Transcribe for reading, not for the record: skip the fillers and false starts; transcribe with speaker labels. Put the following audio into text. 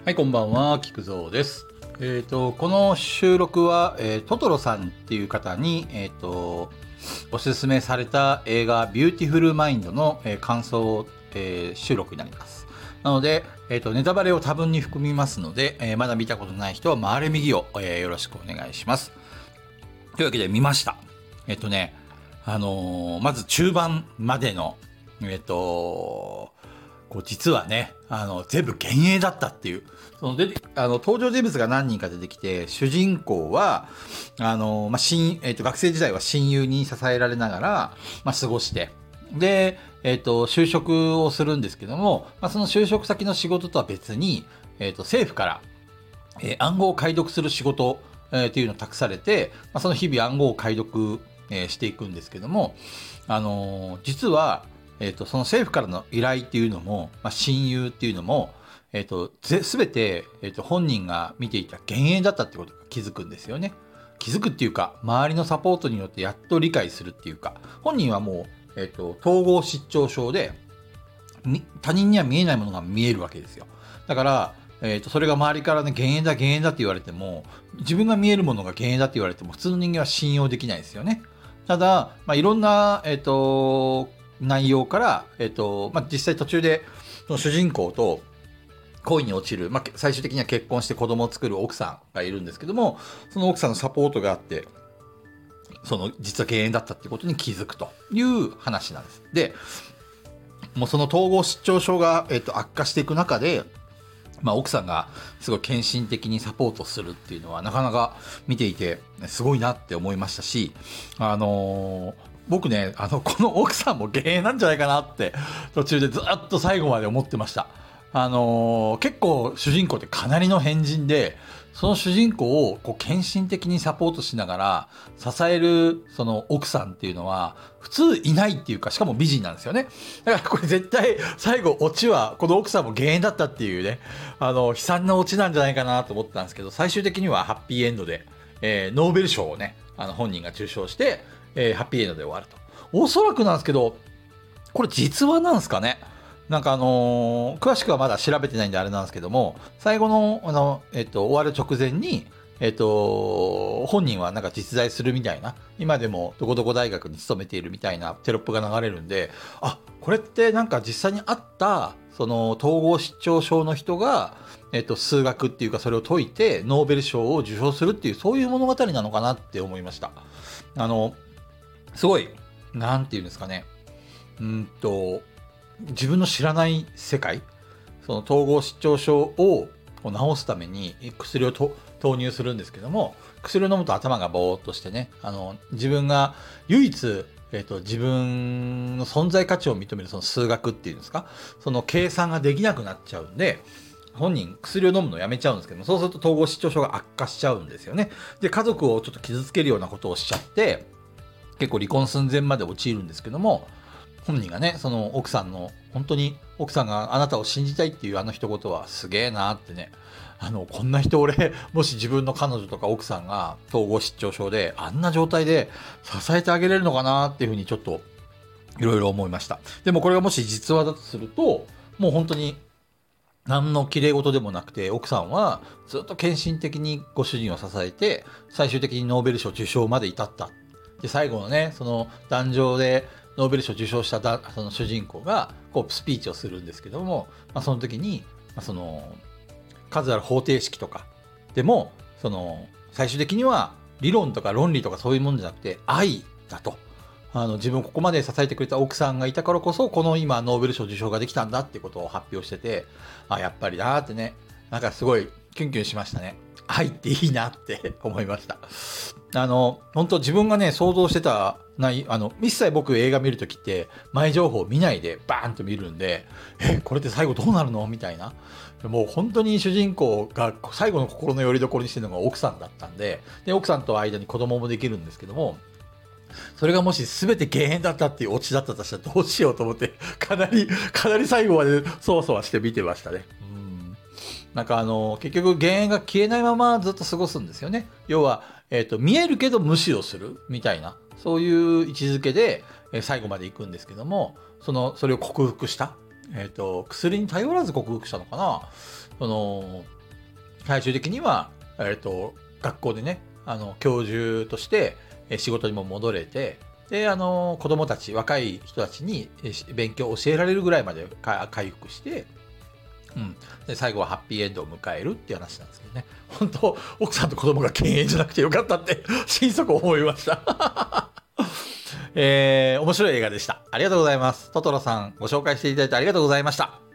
Speaker 1: はい、こんばんは、菊蔵です。この収録は、トトロさんっていう方に、おすすめされた映画ビューティフルマインドの、感想、収録になります。なので、ネタバレを多分に含みますので、まだ見たことない人は回れ右を、よろしくお願いします。というわけで見ました。まず中盤までの、実はね、全部幻影だったっていう。登場人物が何人か出てきて、主人公は、学生時代は親友に支えられながら、過ごして、で、就職をするんですけども、その就職先の仕事とは別に、政府から、暗号を解読する仕事、っていうのを託されて、その日々暗号を解読、していくんですけども、実は、その政府からの依頼っていうのも、親友っていうのも、すべて、本人が見ていた幻影だったってことが気づくんですよね。気づくっていうか、周りのサポートによってやっと理解するっていうか、本人はもう、統合失調症で、他人には見えないものが見えるわけですよ。だから、それが周りからね、幻影だって言われても、自分が見えるものが幻影だって言われても、普通の人間は信用できないですよね。ただ、いろんな、内容から、実際途中で、その主人公と恋に落ちる、最終的には結婚して子供を作る奥さんがいるんですけども、その奥さんのサポートがあって、実は幻影だったってことに気づくという話なんです。で、もうその統合失調症が、悪化していく中で、奥さんがすごい献身的にサポートするっていうのはなかなか見ていてすごいなって思いましたし、僕ね、この奥さんも幻影なんじゃないかなって途中でずっと最後まで思ってました。結構主人公ってかなりの変人で、その主人公を献身的にサポートしながら支えるその奥さんっていうのは普通いないっていうか、しかも美人なんですよね。だからこれ絶対最後オチはこの奥さんも幻影だったっていうね、悲惨なオチなんじゃないかなと思ったんですけど、最終的にはハッピーエンドで、ノーベル賞をね、本人が受賞して、ハッピーエンドで終わると。おそらくなんですけど、これ実話なんですかね。詳しくはまだ調べてないんであれなんですけども、最後の、終わる直前に、本人はなんか実在するみたいな、今でもどこどこ大学に勤めているみたいなテロップが流れるんで、これってなんか実際にあった、その統合失調症の人が、数学っていうかそれを解いてノーベル賞を受賞するっていう、そういう物語なのかなって思いました。すごい、なんていうんですかね。自分の知らない世界、その統合失調症を治すために薬を投入するんですけども、薬を飲むと頭がぼーっとしてね、自分が唯一、自分の存在価値を認めるその数学っていうんですか、その計算ができなくなっちゃうんで、本人薬を飲むのをやめちゃうんですけども、そうすると統合失調症が悪化しちゃうんですよね。で、家族をちょっと傷つけるようなことをしちゃって、結構離婚寸前まで陥るんですけども、本人がね、その奥さんの、本当に奥さんがあなたを信じたいっていうあの一言はすげえなってね、こんな人俺、もし自分の彼女とか奥さんが統合失調症で、あんな状態で支えてあげれるのかなっていうふうにちょっといろいろ思いました。でもこれがもし実話だとすると、もう本当に何の綺麗事でもなくて、奥さんはずっと献身的にご主人を支えて、最終的にノーベル賞受賞まで至った。で、最後のね、その壇上でノーベル賞受賞したその主人公がスピーチをするんですけども、その時に、その数ある方程式とかでも、その最終的には理論とか論理とかそういうものじゃなくて愛だと。自分をここまで支えてくれた奥さんがいたからこそ、この今ノーベル賞受賞ができたんだってことを発表してて、やっぱりなーってね、なんかすごいキュンキュンしましたね。愛っていいなって思いました。本当自分がね、想像してた一切僕映画見るときって前情報を見ないでバーンと見るんで、これって最後どうなるのみたいな。もう本当に主人公が最後の心の拠り所にしてるのが奥さんだったんで、奥さんと間に子供もできるんですけども、それがもし全て幻影だったっていうオチだったとしたらどうしようと思って、かなり最後までそわそわして見てましたね。なんか結局幻影が消えないままずっと過ごすんですよね。要は、見えるけど無視をするみたいな、そういう位置づけで、最後まで行くんですけども、それを克服した、薬に頼らず克服したのかな。 最終的には、学校でね、教授として仕事にも戻れて、で、子供たち、若い人たちに勉強を教えられるぐらいまで回復して、で最後はハッピーエンドを迎えるっていう話なんですけどね。本当、奥さんと子供が犬猿じゃなくてよかったって心底思いました。面白い映画でした。ありがとうございます。トトロさん、ご紹介していただいてありがとうございました。